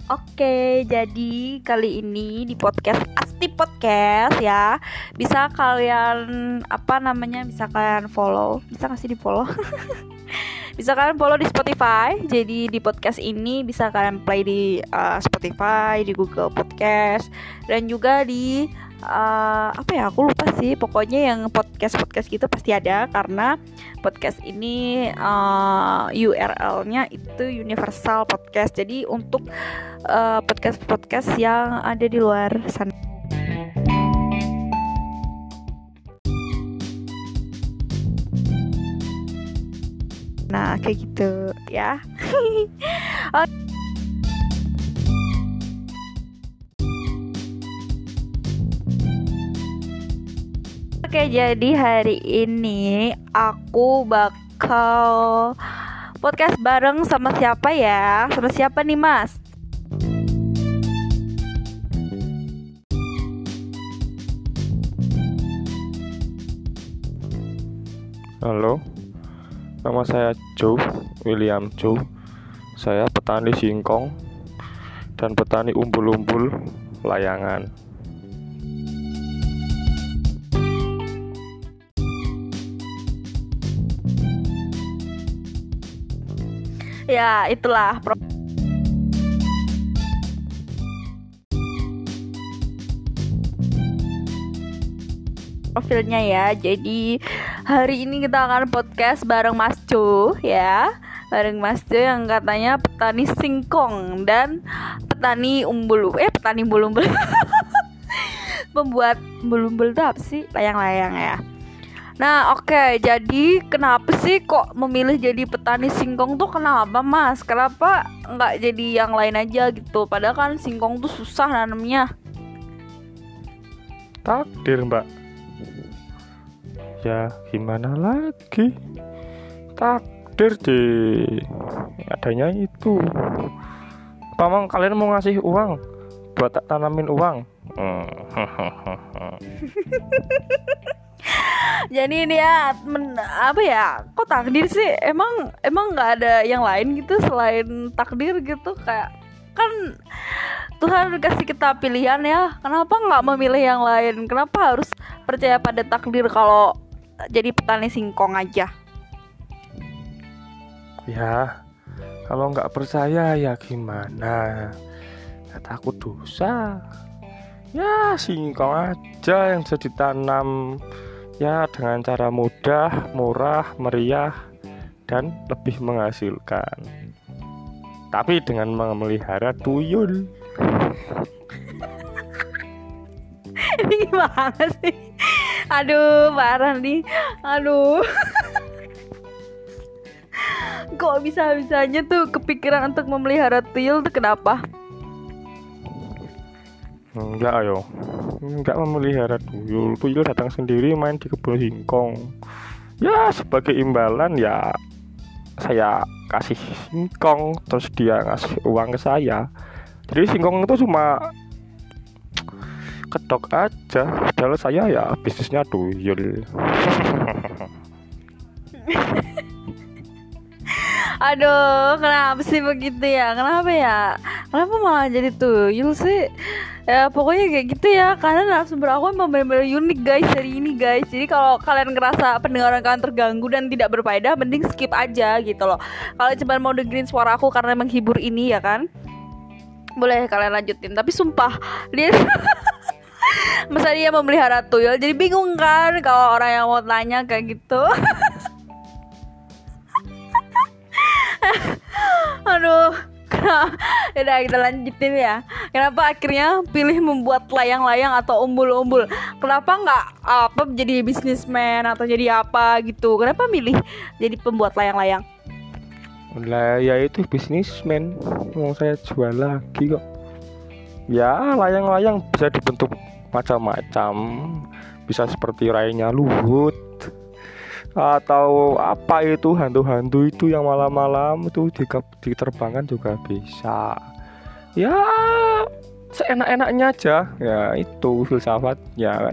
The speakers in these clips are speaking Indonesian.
Oke, jadi kali ini di podcast Asti Podcast ya. Bisa kalian Bisa kalian follow. Bisa nggak sih di follow? Bisa kalian follow di Spotify. Jadi di podcast ini bisa kalian play di Spotify, di Google Podcast, dan juga di aku lupa sih. Pokoknya yang podcast gitu pasti ada, karena podcast ini URL-nya itu universal podcast. Jadi untuk podcast yang ada di luar sana. Nah, kayak gitu ya. Oke, jadi hari ini aku bakal podcast bareng sama siapa ya? Sama siapa nih, Mas? Halo, nama saya William Joe. Saya petani singkong dan petani umbul-umbul layangan. Ya, itulah profilnya ya. Jadi hari ini kita akan podcast bareng Mas Jo ya. Bareng Mas Jo yang katanya petani singkong dan petani petani umbul-umbul. Pembuat umbul-umbul itu apa sih? Layang-layang ya. Nah, oke. Jadi kenapa sih kok memilih jadi petani singkong tuh? Kenapa, Mas? Kenapa nggak jadi yang lain aja gitu? Padahal kan singkong tuh susah nanamnya. Takdir, Mbak. Ya, gimana lagi? Takdir deh. Adanya itu. Pamang kalian mau ngasih uang buat tak tanamin uang? Jadi ini ya, kok takdir sih? Emang nggak ada yang lain gitu selain takdir gitu? Kayak kan Tuhan kasih kita pilihan ya. Kenapa nggak memilih yang lain? Kenapa harus percaya pada takdir kalau jadi petani singkong aja? Ya, kalau nggak percaya ya gimana? Nggak takut dosa. Ya, singkong aja yang bisa ditanam ya dengan cara mudah, murah, meriah, dan lebih menghasilkan. Tapi dengan memelihara tuyul. Ini gimana sih? Aduh, parah nih. Aduh. Kok bisa-bisanya tuh kepikiran untuk memelihara tuyul tuh kenapa? Enggak memelihara tuyul. Tuyul datang sendiri main di kebun singkong. Ya, sebagai imbalan ya saya kasih singkong, terus dia ngasih uang ke saya. Jadi singkong itu cuma kedok aja. Padahal saya ya bisnisnya tuyul. Aduh, kenapa sih begitu ya? Kenapa ya? Kenapa malah jadi tuyul sih? Ya pokoknya kayak gitu ya. Karena narasumber aku emang bener-bener unik guys hari ini guys. Jadi kalau kalian ngerasa pendengaran kalian terganggu dan tidak berfaedah, mending skip aja gitu loh. Kalau cuma mau dengerin suara aku karena menghibur ini ya kan, boleh kalian lanjutin. Tapi sumpah dia masa dia memelihara tuyul, jadi bingung kan kalau orang yang mau tanya kayak gitu. Aduh, udah kita lanjutin ya. Kenapa akhirnya pilih membuat layang-layang atau umbul-umbul? Kenapa nggak jadi bisnismen atau jadi apa gitu? Kenapa milih jadi pembuat layang-layang? Lah ya itu bisnismen. Mau saya jual lagi kok. Ya, layang-layang bisa dibentuk macam-macam. Bisa seperti rainya Luhut, atau apa itu hantu-hantu itu yang malam-malam itu diterbangkan juga bisa. Ya, seenak-enaknya aja. Ya, itu filsafatnya kan.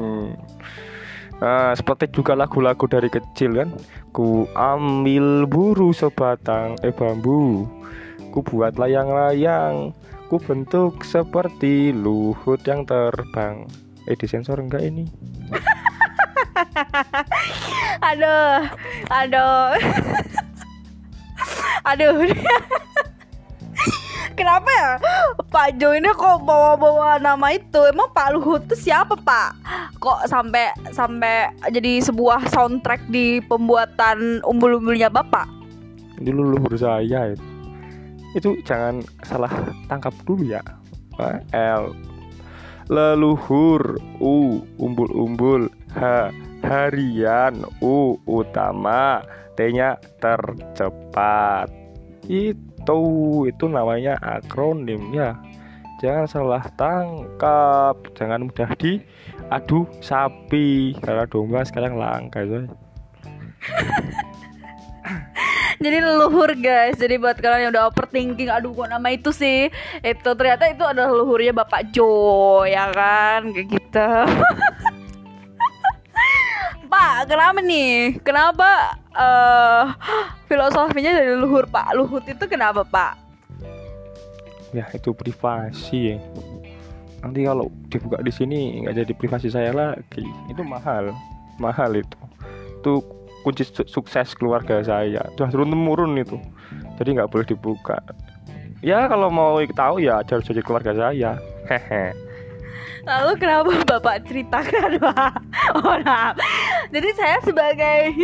Nah, seperti juga lagu-lagu dari kecil kan. Ku ambil buru sebatang bambu, ku buat layang-layang, ku Ku bentuk seperti luhut yang terbang. Disensor enggak ini? Aduh. Aduh. Kenapa ya Pak Jo ini kok bawa-bawa nama itu? Emang Pak Luhut itu siapa Pak? Kok sampai jadi sebuah soundtrack di pembuatan umbul-umbulnya Bapak? Ini leluhur saya itu. Itu jangan salah tangkap dulu ya. L leluhur, U umbul-umbul, H harian, U utama, T-nya tercepat. Itu namanya akronim ya. Jangan salah tangkap, jangan mudah diadu sapi karena domba sekarang langka itu. Jadi leluhur guys. Jadi buat kalian yang udah overthinking, aduh kok nama itu sih, itu ternyata itu adalah leluhurnya Bapak Jo, ya kan, kayak gitu. Pak, kenapa nih? Kenapa filosofinya dari leluhur Pak Luhut itu kenapa Pak? Ya itu privasi ya. Nanti kalau dibuka di sini nggak jadi privasi saya lagi. Itu mahal itu. Itu kunci sukses keluarga saya. Sudah turun-temurun itu. Jadi nggak boleh dibuka. Ya kalau mau tahu ya harus jadi keluarga saya. Hehe. Lalu kenapa Bapak ceritakan Pak? Oh nah. Jadi saya sebagai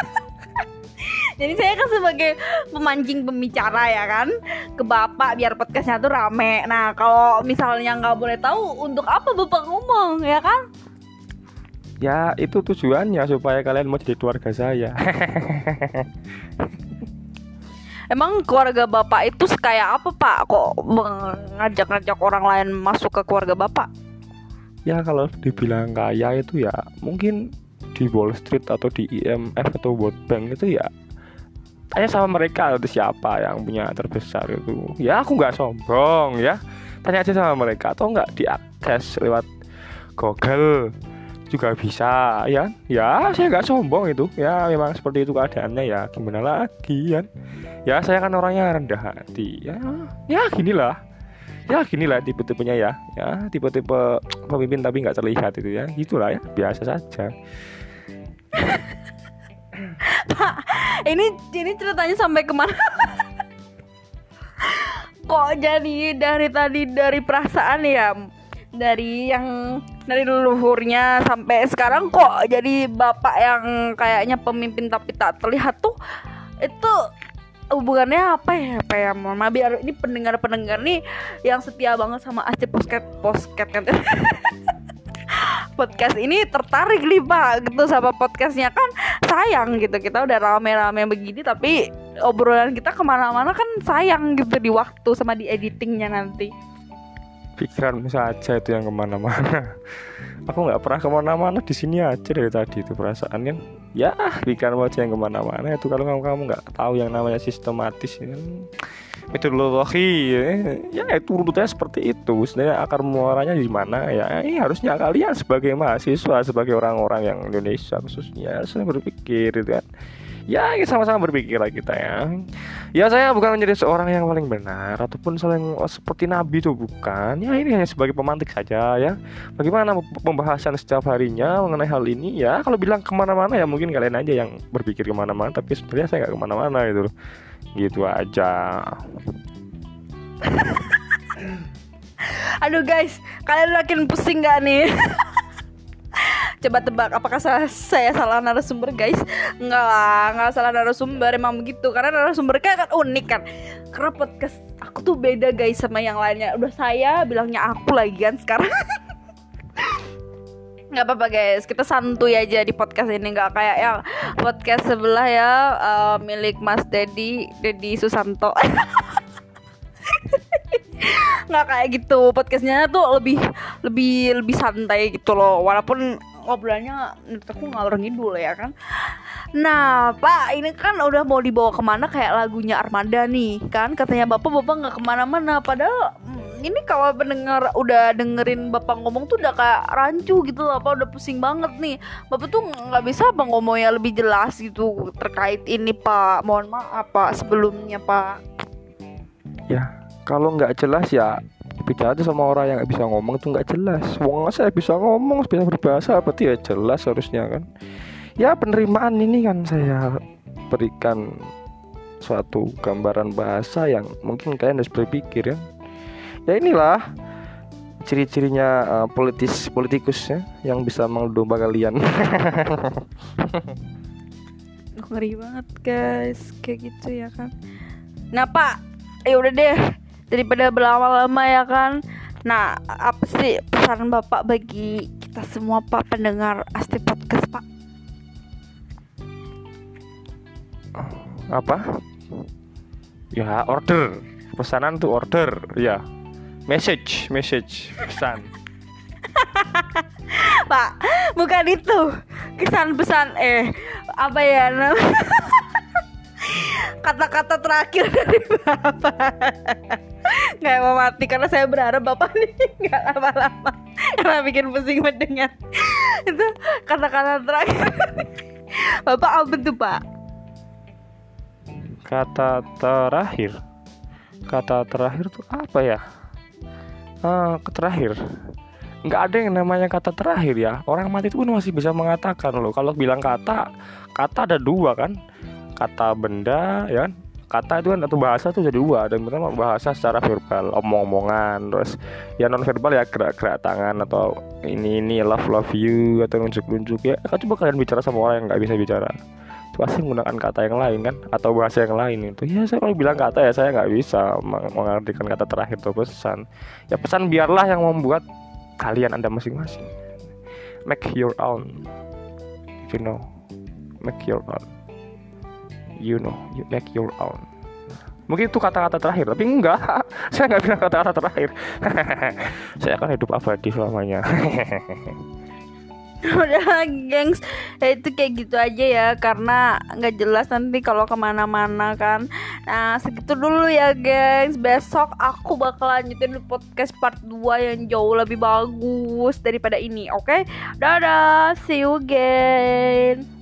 sebagai pemancing pembicara ya kan, ke Bapak biar podcastnya tuh rame. Nah kalau misalnya nggak boleh tahu, untuk apa Bapak ngomong ya kan? Ya itu tujuannya supaya kalian mau jadi keluarga saya. Emang keluarga Bapak itu kayak apa Pak? Kok ngajak-ngajak orang lain masuk ke keluarga Bapak? Ya kalau dibilang kaya itu ya mungkin di Wall Street atau di IMF atau World Bank itu ya tanya sama mereka itu siapa yang punya terbesar itu. Ya aku nggak sombong ya, tanya aja sama mereka atau nggak diakses lewat Google juga bisa ya. Ya saya nggak sombong itu ya, memang seperti itu keadaannya ya, gimana lagi kan ya. Saya kan orangnya rendah hati ya ginilah tipe-tipenya ya tipe-tipe pemimpin tapi nggak terlihat itu ya, gitulah ya, biasa saja. Pak, ini ceritanya sampai kemana? Kok jadi dari tadi dari perasaan ya, dari leluhurnya sampai sekarang kok jadi Bapak yang kayaknya pemimpin tapi tak terlihat tuh, itu hubungannya apa ya mohon maaf biar ini pendengar nih yang setia banget sama Asti podcast ini tertarik nih Pak gitu sama podcastnya kan. Sayang gitu kita udah rame-rame begini tapi obrolan kita kemana-mana kan sayang gitu di waktu sama di editingnya nanti. Pikiranmu saja itu yang kemana-mana. Aku nggak pernah kemana-mana, di sini aja dari tadi itu perasaan kan. Ya pikiranmu aja yang kemana-mana itu kalau kamu nggak tahu yang namanya sistematis kan, metodologi ya itu urutnya seperti itu. Sebenarnya akar muaranya di mana ya? Ini harusnya kalian sebagai mahasiswa, sebagai orang-orang yang Indonesia khususnya harusnya berpikir gitu kan. Ya sama-sama berpikir lah kita ya. Ya saya bukan menjadi seorang yang paling benar ataupun saling seperti nabi itu bukan. Ya ini hanya sebagai pemantik saja ya. Bagaimana pembahasan setiap harinya mengenai hal ini ya. Kalau bilang kemana-mana ya mungkin kalian aja yang berpikir kemana-mana, tapi sebenarnya saya nggak kemana-mana gitu loh. Gitu aja. Aduh guys, kalian makin pusing gak nih? Coba tebak apakah saya salah narasumber guys? Enggak salah narasumber, emang begitu. Karena narasumber kan unik kan. Karena podcast aku tuh beda guys sama yang lainnya. Udah saya bilangnya aku lagi kan sekarang. Nggak apa-apa guys, kita santuy aja di podcast ini, nggak kayak yang podcast sebelah ya, milik Mas Dedi Susanto. Nggak kayak gitu, podcastnya tuh lebih santai gitu loh, walaupun ngobrolannya menurut aku ngalor ngidul ya kan. Nah Pak, ini kan udah mau dibawa kemana kayak lagunya Armada nih kan, katanya bapak nggak kemana-mana, padahal ini kalau pendengar udah dengerin Bapak ngomong tuh udah kayak rancu gitu loh Pak, udah pusing banget nih. Bapak tuh nggak bisa Pak ngomongnya lebih jelas gitu terkait ini Pak, mohon maaf Pak sebelumnya Pak. Ya kalau nggak jelas ya bicara tuh sama orang yang nggak bisa ngomong tuh nggak jelas. Wong saya bisa ngomong, bisa berbahasa, berarti ya jelas harusnya kan. Ya penerimaan ini kan saya berikan suatu gambaran bahasa yang mungkin kalian harus berpikir ya. Ya inilah ciri-cirinya politikus ya, yang bisa mendomba kalian. Ngeri banget guys, kayak gitu ya kan. Nah Pak, ya udah deh, daripada berlama-lama ya kan. Nah, apa sih pesan Bapak bagi kita semua Pak, pendengar Asti Podcast Pak? Apa? Ya order, pesanan tuh order ya. Message, pesan. Pak, bukan itu. Kesan pesan apa ya namanya? Kata-kata terakhir dari Bapak. Nggak mau mati karena saya berharap Bapak nih nggak lama-lama karena bikin pusing mendengar. Itu kata-kata terakhir. Bapak apa tuh Pak? Kata terakhir tuh apa ya? Terakhir. Nggak ada yang namanya kata terakhir ya. Orang mati itu pun masih bisa mengatakan loh. Kalau bilang kata ada dua kan. Kata benda ya kan. Kata itu kan, atau bahasa tuh jadi dua. Dan pertama bahasa secara verbal, omong-omongan. Terus ya non verbal ya gerak-gerak tangan, atau ini love you, atau nunjuk-nunjuk ya. Coba kalian bicara sama orang yang nggak bisa bicara, pasti menggunakan kata yang lain kan, atau bahasa yang lain itu. Ya saya kalau bilang kata ya saya nggak bisa mengartikan kata terakhir atau pesan. Ya pesan biarlah yang membuat kalian Anda masing-masing. Make your own, you know. Make your own, you know. You make your own. Mungkin itu kata-kata terakhir, tapi enggak. Saya nggak bilang kata-kata terakhir. Saya akan hidup abadi selamanya. Udah gengs, ya itu kayak gitu aja ya, karena nggak jelas nanti kalau kemana-mana kan. Nah segitu dulu ya gengs. Besok aku bakal lanjutin podcast part 2 yang jauh lebih bagus daripada ini. Oke, dadah, see you again.